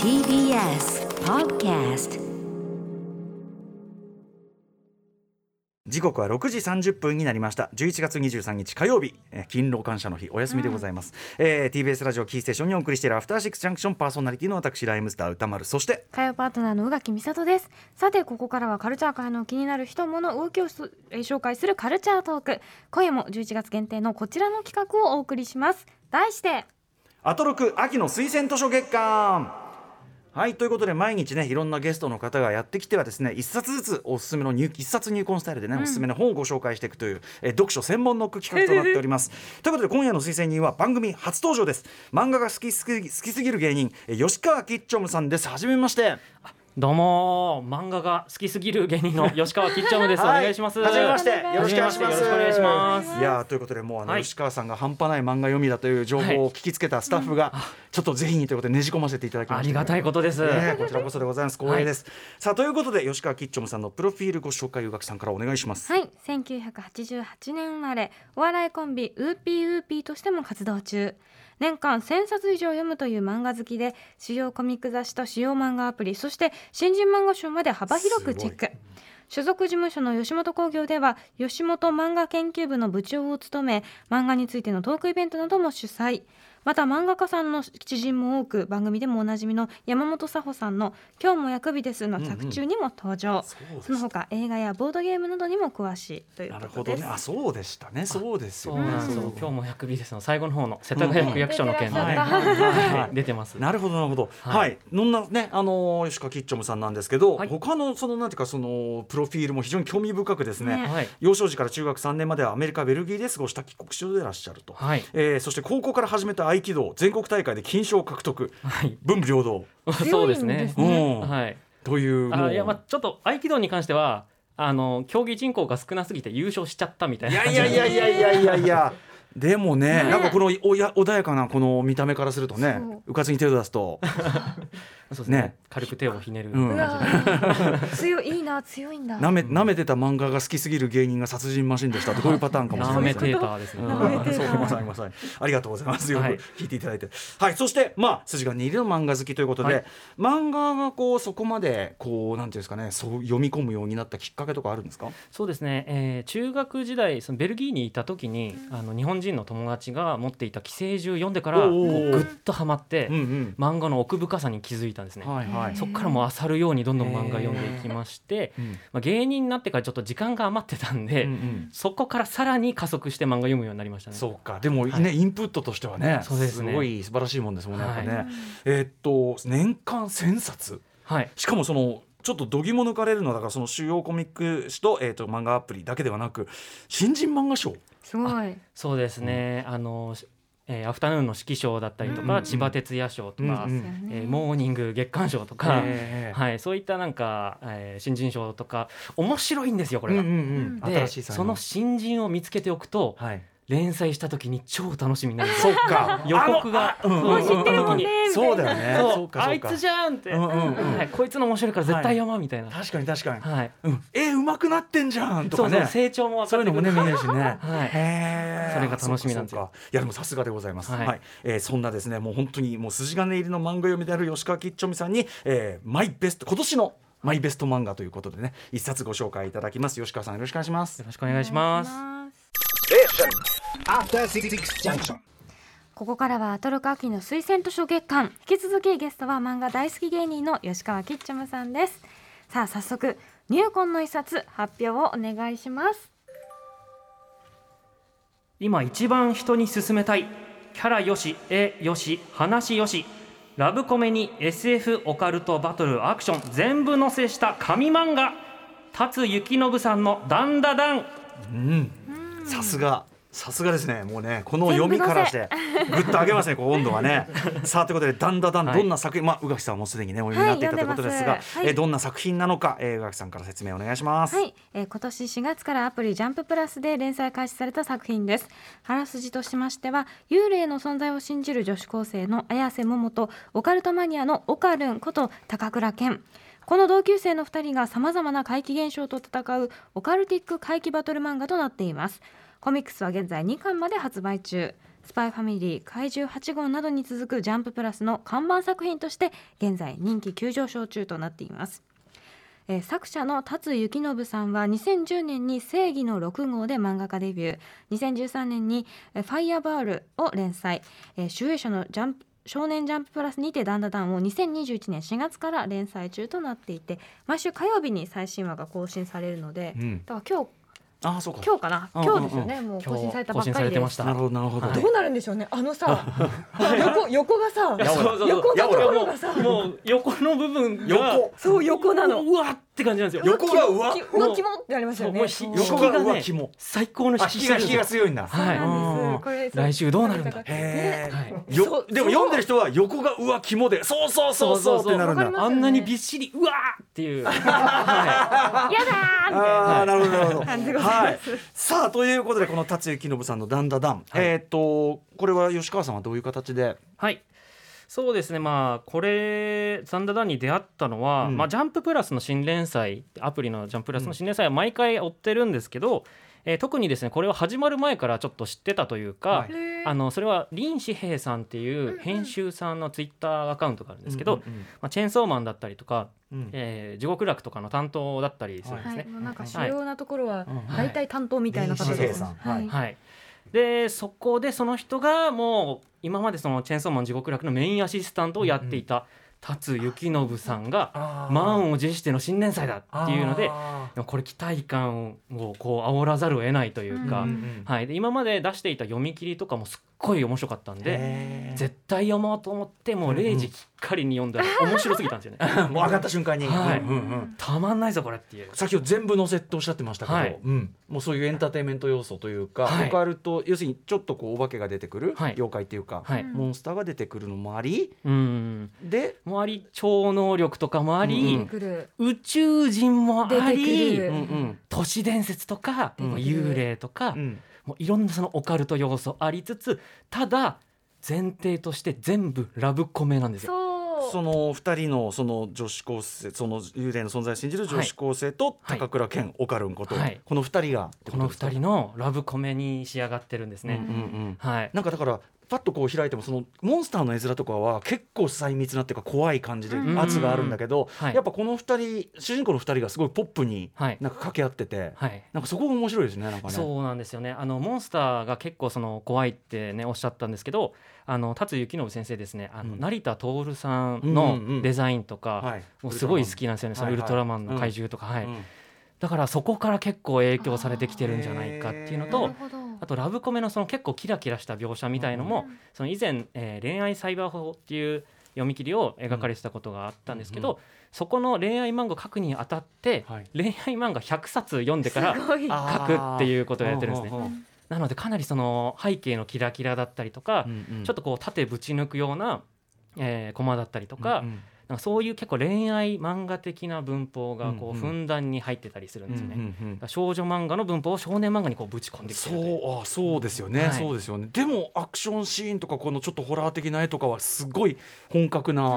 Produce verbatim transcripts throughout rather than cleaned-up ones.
ティービーエス Podcast。 時刻はろくじさんじゅっぷんになりました。じゅういちがつにじゅうさんにち火曜日、えー、勤労感謝の日、お休みでございます、うんえー、ティービーエス ラジオキーステーションにお送りしているアフターシックスジャンクション、パーソナリティの私ライムスター歌丸、そして火曜パートナーの宇垣美里です。さてここからはカルチャー界の気になる人物動きを紹介するカルチャートーク。今夜もじゅういちがつ限定のこちらの企画をお送りします。題してアトロク秋の推薦図書月間。はい、ということで毎日ねいろんなゲストの方がやってきてはですね、一冊ずつおすすめの入一冊入魂スタイルでね、うん、おすすめの本をご紹介していくという、えー、読書専門の企画となっておりますということで今夜の推薦人は番組初登場です。漫画が好きすぎ、好きすぎる芸人、えー、吉川きっちょむさんです。はじめまして。 どうも漫画が好きすぎる芸人の吉川きっちょむです、はい、お願いします。 はじめまして、よろしくお願いします。 よろしくお願いします。 いやということでもうあの、 はい、 吉川さんが半端ない漫画読みだという情報を聞きつけたスタッフが、はい、ちょっとぜひにということでねじ込ませていただきました。 ありがたいことです、 ね、こちらこそでございます。光栄です、はい、さあということで吉川きっちょむさんのプロフィールご紹介、宇垣さんからお願いします。 はい、せんきゅうひゃくはちじゅうはちねん生まれ、お笑いコンビウーピーウーピーとしても活動中。年間せんさつ以上読むという漫画好きで、主要コミック雑誌と主要漫画アプリ、そして新人漫画賞まで幅広くチェック。所属事務所の吉本興業では吉本漫画研究部の部長を務め、漫画についてのトークイベントなども主催。また漫画家さんの知人も多く、番組でもおなじみの山本佐穂さんの今日も薬日ですの作中にも登場、うんうん、そ, その他映画やボードゲームなどにも詳しいということです。 なるほどね、あそうでしたね、そうですよね。 そうなんですよ、今日も薬日ですの最後の方の世田谷区役所の件で、ねうんはい、出てます。 なるほどなるほど、はい、はい、そんなね、あのー、吉川きっちょむさんなんですけど、はい、他のそのなんていうかそのプロフィールも非常に興味深くですね、はい、幼少時から中学さんねんまではアメリカベルギーで過ごした帰国子女でいらっしゃると、はいえー、そして高校から始めた合気道全国大会で金賞を獲得、はい、文武両道そうですね、 うんはい、というあいや、まあ、ちょっと合気道に関してはあの競技人口が少なすぎて優勝しちゃったみたいな。 いやいやいやいやいやいやでも ね, ねなんかこのおや穏やかなこの見た目からするとね、うかつに手を出すとそうですね、ね軽く手をひねる感じで、 うん、強いいいな強いんだ。 なめ舐めてた漫画が好きすぎる芸人が殺人マシンでしたってこういうパターンかもしれないですね。 舐めテーターですね、うん、 そうまさにまさにありがとうございます。よく聞いていただいて、はい、はい、そしてまあ筋金入りの漫画好きということで、はい、漫画がこうそこまでこうなんていうんですかね、そう読み込むようになったきっかけとかあるんですか？ そうですね、えー、中学時代そのベルギーにいた時に、うん、あの日本人の友達が持っていた寄生獣読んでからこうぐっとハマって、うんうん、漫画の奥深さに気づいたんですね、はいはい、そこからもう漁るようにどんどん漫画読んでいきまして、うんまあ、芸人になってからちょっと時間が余ってたんで、うんうん、そこからさらに加速して漫画読むようになりましたね。 そうか、でも、ねはい、インプットとしてはね、 そうですね、 すごい素晴らしいもんですもんね、やっぱね、はい、えー、っと年間せんさつ、はい、しかもそのちょっと度肝抜かれるのだから、その主要コミック誌と、えー、と漫画アプリだけではなく新人漫画賞、 すごい。 そうですね、うん、あのえー、アフタヌーンの指揮賞だったりとか、うん、千葉哲也賞とか、うんうんえー、モーニング月刊賞とか、えーはい、そういったなんか、えー、新人賞とか面白いんですよこれが、うんうんうん、で新しいその新人を見つけておくと、はい、連載した時に超楽しみになるんですよ。 そっか予告がもう知ってるもんね、 そうだよね、 そうそうかそうかあいつじゃんって、うんうんうんはい、こいつの面白いから絶対読まうみたいな、 はい、確かに確かに、 はいうん、えー、上手くなってんじゃんとかね、 そうそう成長も分かってくる、 そういうのもね見えるしね、 はい、へそれが楽しみなんですよ。 いやでもさすがでございます、はいはいえー、そんなですねもう本当にもう筋金入りの漫画読みである吉川きっちょみさんに、えー、マイベスト今年のマイベスト漫画ということでね一冊ご紹介いただきます。吉川さんよろしくお願いします。 よろしくお願いします。 ここからはアトロク秋の推薦図書月間、引き続きゲストは漫画大好き芸人の吉川きっちょむさんです。さあ早速入魂の一冊発表をお願いします。 今一番人に勧めたいキャラよし絵よし話よしラブコメに エスエフ オカルトバトルアクション全部載せした神漫画、辰幸信さんのダンダダン、 うん、さすがさすがですね。もうねこの読みからしてぐっと上げますねこう温度がねさあということでだんだんだんどんな作品、はい、まあ宇垣さんはもうすでにねお読みになっていたということですが、はい、えー、どんな作品なのか、えー、宇垣さんから説明お願いします。 はい、えー、今年しがつからアプリジャンププラスで連載開始された作品です。あらすじとしましては、幽霊の存在を信じる女子高生の綾瀬桃とオカルトマニアのオカルンこと高倉健、この同級生のふたりがさまざまな怪奇現象と戦うオカルティック怪奇バトル漫画となっています。コミックスは現在にかんまで発売中。 スパイファミリー、怪獣はち号などに続くジャンププラスの看板作品として現在人気急上昇中となっています。えー、作者の辰幸信さんはにせんじゅうねんに正義のろく号で漫画家デビュー、にせんじゅうさんねんにファイアバールを連載、えー、集英社のジャンプ少年ジャンププラスにてダンダダンをにせんにじゅういちねんしがつから連載中となっていて、毎週火曜日に最新話が更新されるので、うん、だから今日あそうか今日かな、今日ですよね、うんうん、もう更新されたばっかりで。 なるほどなるほど、 はい、どうなるんでしょうね、あのさ横, 横がさ横のところがさもう横の部分が横そう横なの、 うわって感じなんですよ。 横がうわうわキモってなりますよね。 横がうわキモ、最高の引きが引きが強いんだ。 はい、これ来週どうなるんだ。 へー、よでも読んでる人は横がうわキモでそうそうそうそうってなるんだ。 あんなにびっしりうわっていう、はい、やだーみたいな。 あなるほどなるほどはい。さあということでこの辰幸信さんのダンダダン、はい、えっ、ー、とこれは吉川さんはどういう形で。 はい、そうですね、まあこれダンダダンに出会ったのは、うんまあ、ジャンププラスの新連載、アプリのジャンププラスの新連載は毎回追ってるんですけど、うんえー、特にですねこれは始まる前からちょっと知ってたというか、はい、あのそれは林志平さんっていう編集さんのツイッターアカウントがあるんですけど、うんうんうんまあ、チェーンソーマンだったりとか、うんえー、地獄楽とかの担当だったりするんですね、はい、 もうなんか主要なところは大体担当みたいな方です、 はいはいはい、でそこでその人がもう今までそのチェーンソーマン地獄楽のメインアシスタントをやっていた、うんうん辰幸信さんが満を持しての新連載だっていうのでこれ期待感をこう煽らざるを得ないというか、うんうんはい、で今まで出していた読み切りとかもすっごい面白かったんで絶対読もうと思ってもうれいじきっかりに読んだら面白すぎたんですよねもう上がった瞬間に、 はいうんうん、 たまんないぞこれっていう。 先ほど全部載せっておっしゃってましたけど、はいうん、もうそういうエンターテインメント要素というか、はい、オカルト要するにちょっとこうお化けが出てくる、はい、妖怪っていうか、はい、モンスターが出てくるのもあり、うん、でもあり超能力とかもあり、うん、宇宙人もあり、うんうん、都市伝説とか、うん、幽霊とか、うん、もういろんなそのオカルト要素ありつつただ前提として全部ラブコメなんですよ。 そのふたりのその女子高生その幽霊の存在を信じる女子高生と高倉健、はい、オカルンこと、はい、このふたりがこのふたりのラブコメに仕上がってるんですね、 うんうんうんはい、なんかだからパッとこう開いてもそのモンスターの絵面とかは結構細密なっていうか怖い感じで圧があるんだけど、うんうん、やっぱこのふたり主人公のふたりがすごいポップになんか掛け合ってて、はい、なんかそこが面白いですね。なんかねそうなんですよね。あのモンスターが結構その怖いってねおっしゃったんですけどあの辰幸信先生ですねあの、うん、成田徹さんのデザインとか、うんうんうん、もうすごい好きなんですよね。そのウルトラマンの怪獣とか、はいはいうんはい、だからそこから結構影響されてきてるんじゃないかっていうのと あ, あとラブコメのその結構キラキラした描写みたいのも、うん、その以前、えー、恋愛サイバー法っていう読み切りを描かれてたことがあったんですけど、うんうん、そこの恋愛漫画を書くにあたって、はい、恋愛漫画ひゃくさつ読んでから書くっていうことをやってるんですね。なのでかなりその背景のキラキラだったりとか、うんうん、ちょっとこう縦ぶち抜くような、えー、コマだったりとか、うんうんなんかそういう結構恋愛漫画的な文法がこうふんだんに入ってたりするんですよね、うんうんうん、少女漫画の文法を少年漫画にこうぶち込んできてる。 そうあそうですよね、はい、そうですよね。でもアクションシーンとかこのちょっとホラー的な絵とかはすごい本格な、うん、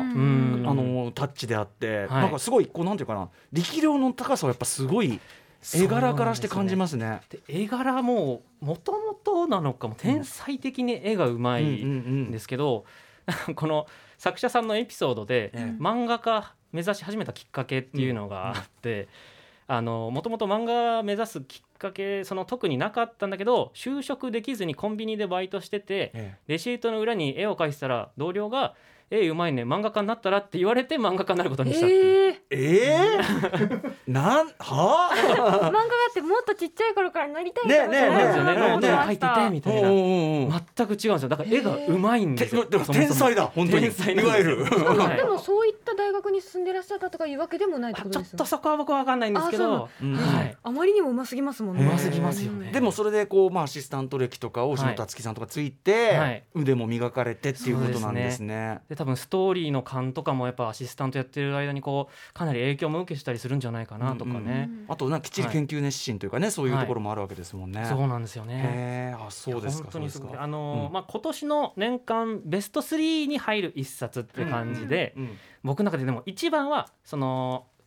あのタッチであって、はい、なんかすごいこうなんていうかな力量の高さはやっぱすごい絵柄からして感じますね。 で絵柄ももともとなのかも天才的に絵がうまいんですけど、うんうんうん、この作者さんのエピソードで、うん、漫画家目指し始めたきっかけっていうのがあって、うん、もともと漫画目指すきっかけその特になかったんだけど就職できずにコンビニでバイトしてて、ええ、レシートの裏に絵を描いてたら同僚が絵うまいね漫画家になったらって言われて漫画家になることにしたっていう。 えー、えー、なんは漫画だってもっとちっちゃい頃からなりたいってことなんですよね。 ノートを描いててみたいな、全く違うんですよ。だから絵がうまいんですよ。 でも天才だ本当にいわゆるでもそういった大学に進んでらっしゃったとかいうわけでもないってことですよね。 ちょっとそこは僕は分かんないんですけど あ,、うんはい、 あまりにもうますぎますもんね。 うますぎますよね。 でもそれでこう、まあ、アシスタント歴とかを篠田月さんとかついて、はい、腕も磨かれてっていうことなんですね。 で多分ストーリーの勘とかもやっぱアシスタントやってる間にこうかなり影響も受けしたりするんじゃないかなとかね、うんうん、 あとなんかきっちり研究熱心というかね、はい、そういうところもあるわけですもんね、はい、 そうなんですよね。 へあそうですか。 本当にすごいあの、うんまあ、今年の年間ベストスリーに入る一冊って感じで、うんうんうん、僕の中ででも一番はその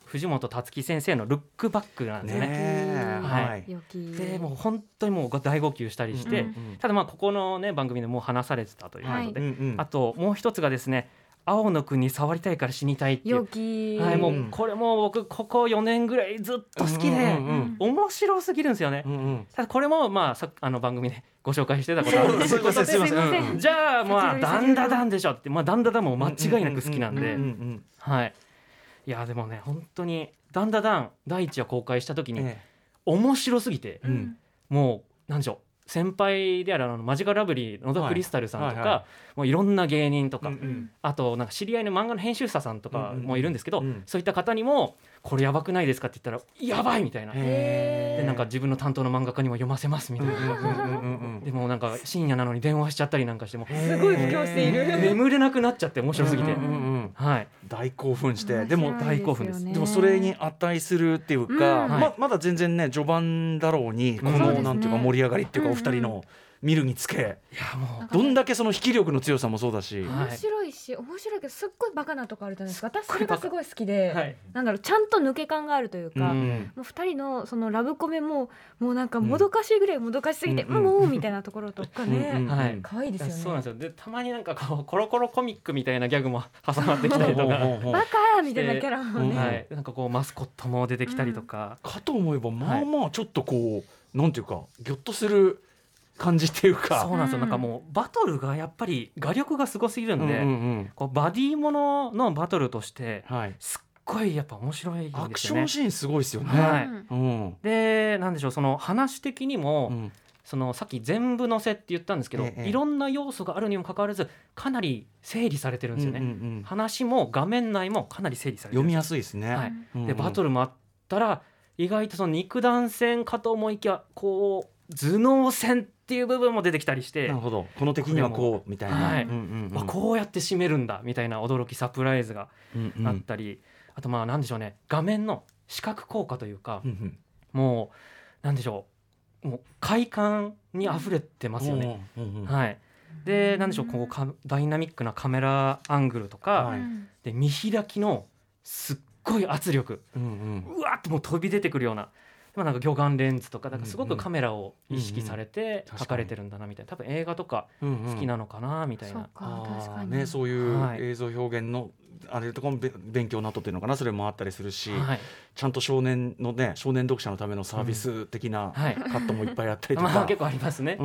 藤本つ樹先生のルックバックなんですよね。 ねはい、 良きでもう本当にもう大号泣したりして、 うんうんうん、 ただまあここの、ね、番組でもう話されてたということで、 はい、 あともう一つがですね、青野くんに触りたいから死にたいっていう、 良き、 はい、もうこれも僕ここよねんぐらいずっと好きで、うんうんうん、面白すぎるんですよね、うんうん、ただこれもまあさあの番組でご紹介してたことあるんですけどすいません、 うん、じゃあまあダンダダンでしょって、まあ、ダンダダンも間違いなく好きなんで、はい、いやでもね本当にダンダダン第一話公開した時に、ええ、面白すぎて、うん、もうなんでしょう、先輩であるあのマジカルラブリー野田クリスタルさんとか、はいはいはい、もういろんな芸人とか、うんうん、あとなんか知り合いの漫画の編集者さんとかもいるんですけど、うんうん、そういった方にもこれやばくないですかって言ったらやばいみたいな、でなんか自分の担当の漫画家にも読ませますみたいな、でもなんか深夜なのに電話しちゃったりなんかしてもすごい布教している、 眠れなくなっちゃって面白すぎて、うんうんうん、はい、 大興奮して、 でも大興奮です。 でもそれに値するっていうか、うん、ま, まだ全然ね序盤だろうにこの、うん、なんていうか盛り上がりっていうか、お二人の見るにつけ、いやもうどんだけその引き力の強さもそうだし、 面白いし面白いけどすっごいバカなとこあるじゃないですか。私それがすごい好きで、はい、なんだろう、ちゃんと抜け感があるというか、うん、もうふたりのそのラブコメももうなんかもどかしいぐらいもどかしすぎて、うん、もうみたいなところとかね、うんうん、はい、可愛いですよね。 そうなんですよ。でたまになんかこうコロコロコミックみたいなギャグも挟まってきたりとかバカみたいなキャラもね、 はい、なんかこうマスコットも出てきたりとか、 うん、かと思えばまあまあちょっとこう、なんていうかギョッとする感じっていうか、 そうなんですよ。なんかもうバトルがやっぱり画力がすごすぎるんで、うんうんうん、こうバディもののバトルとしてすっごいやっぱ面白いんですよね。 アクションシーンすごいですよね、 はい、うん、でなんでしょう、その話的にも、うん、そのさっき全部載せって言ったんですけど、ええ、いろんな要素があるにもかかわらずかなり整理されてるんですよね、うんうんうん、話も画面内もかなり整理されてる、 読みやすいですね、 はい、うんうん、でバトルもあったら意外とその肉弾戦かと思いきやこう頭脳戦っていう部分も出てきたりして、 なるほど、この敵にはこうみたいな、はい、うんうんうん、 こうやって締めるんだみたいな驚きサプライズがあったり、うんうん、あとまあなんでしょうね、画面の視覚効果というか、うんうん、もうなんでしょう、もう快感にあふれてますよね、うんうん、はい、でなんでしょう、こうダイナミックなカメラアングルとか、はい、で見開きのすっごい圧力、うんうん、うわっともう飛び出てくるような、でもなんか魚眼レンズとか、なんかすごくカメラを意識されて描かれてるんだなみたいな、多分映画とか好きなのかなみたいな、うんうん、 そうか、確かにね、そういう映像表現のあれとかも勉強なとっていうのかな、それもあったりするし、はい、ちゃんと少年のね、少年読者のためのサービス的なカットもいっぱいあったりとか、 まあ、結構ありますね、うん、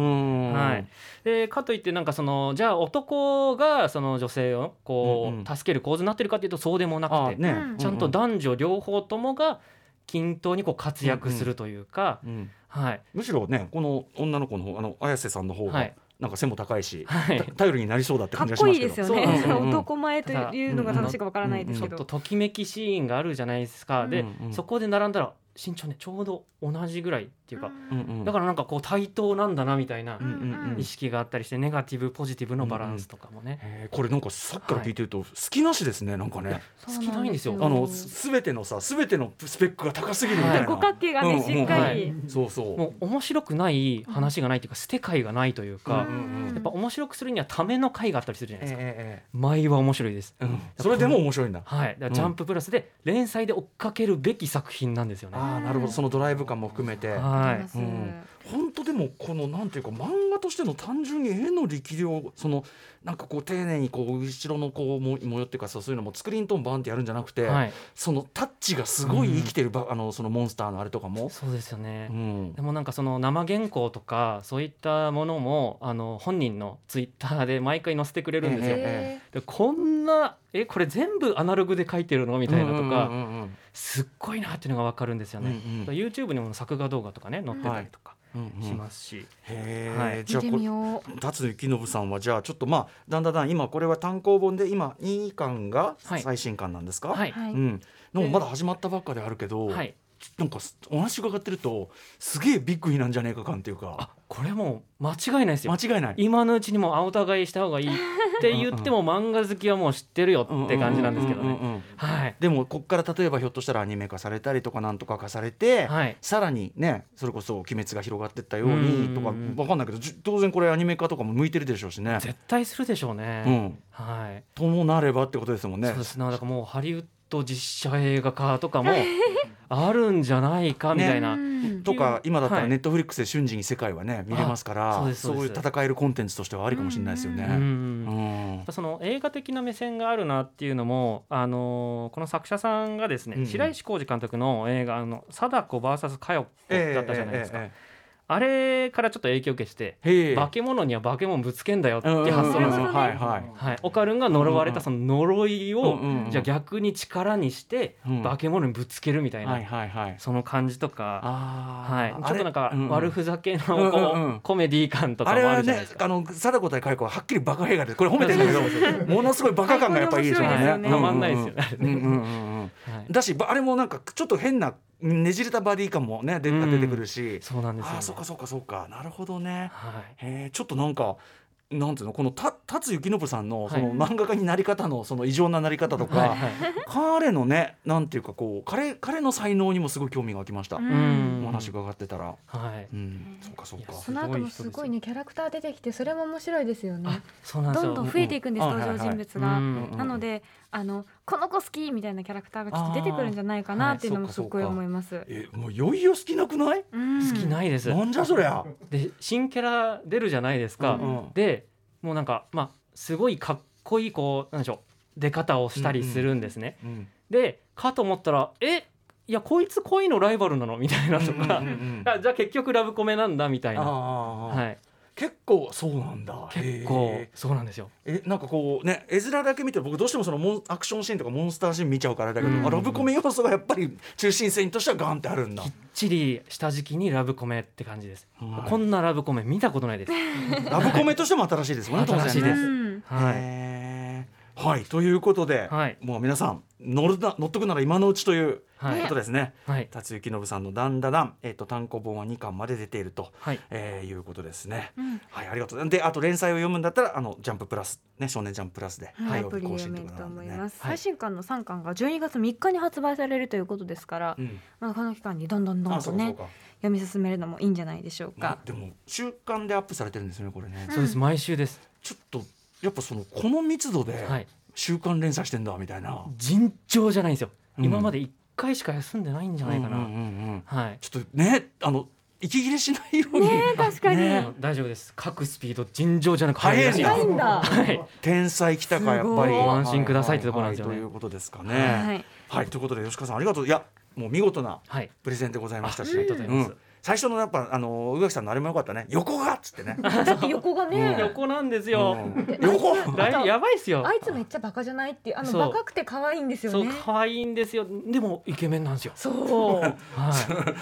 はい、でかといってなんかそのじゃあ男がその女性をこう、うんうん、助ける構図になってるかっていうとそうでもなくて、ね、ちゃんと男女両方ともが均等にこう活躍するというか、うんうんはい、 むしろね、この女の子の方、あの綾瀬さんの方が、はいなんか背も高いし、はい、頼りになりそうだって感じがしますけど、 かっこいいですよね、男前というのが正しいかわからないですけど、 ちょっとときめきシーンがあるじゃないですか、うん、で、うん、そこで並んだら身長ねちょうど同じぐらいっていうか、うんうん、だからなんかこう対等なんだなみたいな意識があったりして、ネガティブポジティブのバランスとかもね、 うんうん、これなんかさっきから聞いてると好きなしですね、なんかね、 好きないんですよ、 あの全てのさ全てのスペックが高すぎるみたいな、 五角形がね、うん、しっかり、はい、 そうそうもう面白くない話がないっていうか、捨て回がないというか、うんうん、やっぱ面白くするにはための回があったりするじゃないですか、えー、舞は面白いです、うん、 それでも面白いんだ、 はい、だからジャンププラスで連載で追っかけるべき作品なんですよね、 あ、なるほど、そのドライブ感も含めて、 はい、うん、 本当でもこのなんていうか漫画としての単純に絵の力量、そのなんかこう丁寧にこう後ろのこう模様っていうかさ、そういうのもスクリーントーンバーンってやるんじゃなくて、はい、そのタッチがすごい生きてる、うん、あのそのモンスターのあれとかもそうですよね、うん、でもなんかその生原稿とかそういったものもあの本人のツイッターで毎回載せてくれるんですよ、えー、でこんなえこれ全部アナログで書いてるのみたいなとか、うんうんうんうん、すっごいなっていうのが分かるんですよね、うんうん、YouTube にも作画動画とかね載ってたりとか、はいしますし、うんうん、 へー、はい、じゃあこれ辰野幸信さんはじゃあちょっとまあだんだんだん今これは単行本で今にかんが最新刊なんですか、はいはい、うん、のまだ始まったばっかであるけど、はい、なんかお話伺ってるとすげえビッグになんじゃねえか感っていうか、 あこれもう間違いないですよ、 間違いない、 今のうちにもお互いした方がいいって言っても漫画好きはもう知ってるよって感じなんですけどね、 でもこっから例えばひょっとしたらアニメ化されたりとかなんとか化されて、はい、さらにねそれこそ鬼滅が広がっていったようにとか分かんないけど、当然これアニメ化とかも向いてるでしょうしね、 絶対するでしょうね、 うん、 はい、 ともなればってことですもんね。 そうですね、だからもうハリウッドト実写映画化とかもあるんじゃないかみたいな、 ね、とか今だったらネットフリックスで瞬時に世界はね見れますから、そうですそうです、そういう戦えるコンテンツとしてはありかもしれないですよね。うんうん、 うん、その映画的な目線があるなっていうのも、あのー、この作者さんがですね、うん、白石浩二監督の映画の貞子 ブイエス 佳代子だったじゃないですか、えーえーえーあれからちょっと影響を受けて、化け物には化け物ぶつけんだよって発想なんですよ。はいはいはい、オカルンが呪われたその呪いを、うんうん、じゃあ逆に力にして化け物にぶつけるみたいな、うんはいはい、その感じとか、はい、ちょっとなんか悪ふざけのこう、うんうん、コメディ感とかもあるじゃないですか。 あれはね、あの貞子対佳代子ははっきりバカ映画でこれ褒めてるんだけどものすごいバカ感がやっぱりいいですよね。 たまんないですよね。 だしあれもなんかちょっと変なねじれたバディ感もね出てくるし、 そうなんですよね。 あ、そうかそうかそうか、なるほどね。はい、へちょっとなんかなんていうの、このた辰幸信さんのその漫画家になり方のその異常ななり方とか、はいはい、彼のねなんていうかこう彼彼の才能にもすごい興味が湧きました。お話伺ってたら、はい、うん、そうかそうか。 その後もすごいねキャラクター出てきて、それも面白いですよね。 そうなんですよ。 どんどん増えていくんです、うん、登場人物が。なのであのこの子好きみたいなキャラクターがちょっと出てくるんじゃないかなっていうのもすごい思います。はい、 えもういよいよ好きなくない？ うん、好きないです。 なんじゃそりゃ。 で新キャラ出るじゃないですか。うんうん、でもうなんかまあすごいかっこいいこうなんでしょう出方をしたりするんですね。うんうん、でかと思ったらえいやこいつ恋のライバルなのみたいなとか、うんうんうん、じゃあ結局ラブコメなんだみたいな。はい。 結構そうなんだ。 結構そうなんですよ。 えなんかこうね絵面だけ見て僕どうしてもそのモンアクションシーンとかモンスターシーン見ちゃうからだけど、うん、ラブコメ要素がやっぱり中心線としてはガンってあるんだ。 きっちり下敷きにラブコメって感じです。はい、こんなラブコメ見たことないです。 ラブコメとしても新しいですもんね。 新しいです。 はい。はいということで、はい、もう皆さん乗るな乗っとくなら今のうちということですね。はい、辰幸信さんのダンダダン、えー、と単行本はにかんまで出ていると、はいえー、いうことですね。うん、はい、ありがとう。であと連載を読むんだったらあのジャンププラス、ね、少年ジャンププラスで、 はい、アプリで読めると思います。最新刊のさんかんがじゅうにがつみっかに発売されるということですから、うん、まあ、この期間にどんどんどんどんね読み進めるのもいいんじゃないでしょうか。まあ、 でも週刊でアップされてるんですよねこれね。 そうです、毎週です。 ちょっとやっぱそのこの密度で、はい、週刊連載してんだみたいな。 尋常じゃないんですよ、うん、今までいっかいしか休んでないんじゃないかな、うんうんうんうん、はい、 ちょっとねあの息切れしないように、 ね、確かに、ね、 大丈夫です。各スピード尋常じゃなく速いらしいです。 速いんだ、 はい、 天才来たかやっぱりご安心くださいってところなんですよね、 はいはいはい、ということですかね。はい、はい、ということで吉川さんありがとう。いやもう見事なプレゼンでございましたし、はい、ありがとうございます。うん、最初のやっぱあの宇垣さんのあれも良かったね。横がっつってね。 さっき横がね、 うん、横なんですよ。 うん、横やばいっすよ。 あいつめっちゃバカじゃないっていう、あのバカくて可愛いんですよね。 そう可愛いんですよ。でもイケメンなんですよ。 そう、はい、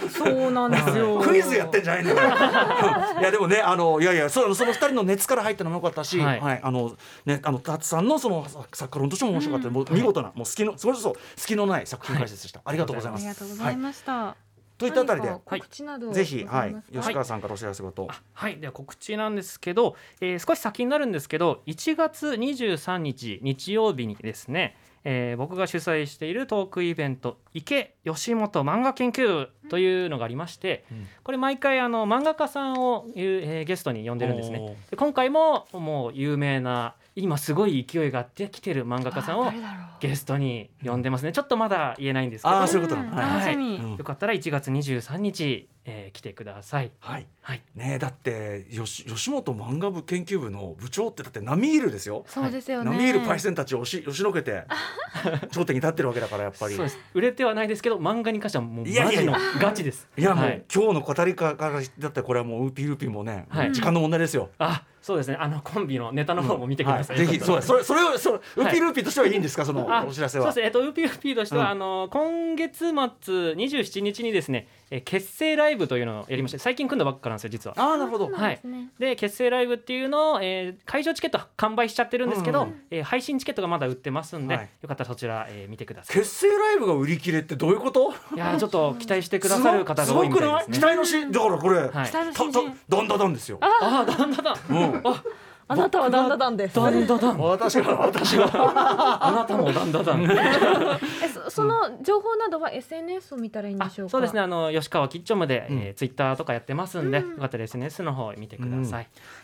そうなんですよ。 クイズやってんじゃないんだから。いやでもねあのいやいやそのそのふたりの熱から入ったのも良かったし、はい、はい、あのねあの達さんのその作家論としても面白かった。うん、もう見事なもう隙のそれこそ隙のない作品解説でした。はい、ありがとうございます。 ありがとうございました。はい、 といったあたりで告知などぜひ、はい、吉川さんからお知らせごと。 はい、はい、では告知なんですけど、えー、少し先になるんですけどいちがつにじゅうさんにち日曜日にですね、えー、僕が主催しているトークイベント池吉本漫画研究というのがありまして、うん、これ毎回あの漫画家さんを、えー、ゲストに呼んでるんですね。で今回ももう有名な今すごい勢いがあってきてる漫画家さんをゲストに呼んでますね。ちょっとまだ言えないんですけど、 あ、そういうことなの、 はい、うん、よかったらいちがつにじゅうさんにち、えー、来てください。 はい、はい、ね、だって吉、吉本漫画部研究部の部長ってだって並みいるですよ。 そうですよね。 並みいるパイセンたちを押し押しのけて頂点に立ってるわけだからやっぱり。 そうです。売れてはないですけど漫画に関してはもうマジのガチです。 いやもう、はい、今日の語りからだってこれはもうウーピールーピーもね、はい、時間の問題ですよ。 あ、そうですね。あのコンビのネタの方も見てください。 うん、はい、ぜひそうそれそれをそれウーピールーピーとしてはいいんですか、そのお知らせは。 そうですね。えっとウーピールーピーとしては、うん、あの今月末にじゅうしちにちにですね、え結成ライブというのをやりまして、最近組んだばっかなんですよ実は。 ああ、なるほど。 はい。で結成ライブっていうのを、えー、会場チケット完売しちゃってるんですけど、うん、えー、配信チケットがまだ売ってますんで、はい、よかったらそちら、えー、見てください。 結成ライブが売り切れってどういうこと？ いやちょっと期待してくださる方が多いみたいですね。 期待のしだからこれ、はい、 期待の新人ダンダダンですよ。 ああ、ダンダダン。うん、ああなたはダンダダンです。 ダンダダン。 私が私があなたもダンダダン。 え そ, その情報などは エスエヌエス を見たらいいんでしょうか。 そうですね。あの吉川キッチョムで、うん、えー、ツイッターとかやってますんで、うん、よかったら エスエヌエス の方を見てください。うん、い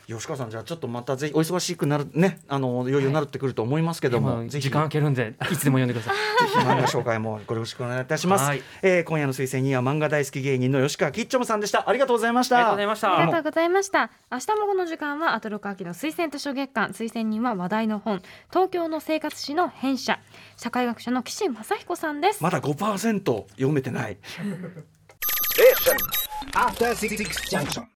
吉川さんじゃあちょっとまたぜひお忙しくなるねあの余裕になってくると思いますけども、 はい、 ぜひ時間空けるんでいつでも読んでくださいぜひ漫画紹介もよろしくお願いいたします、はいえー、今夜の推薦人は漫画大好き芸人の吉川きっちょむさんでした。ありがとうございました。 ありがとうございました。 ありがとうございました。明日もこの時間はアトロク秋の推薦図書月間、推薦人は話題の本東京の生活史の編者社会学者の岸正彦さんです。 まだ ごパーセント 読めてない After Six Junction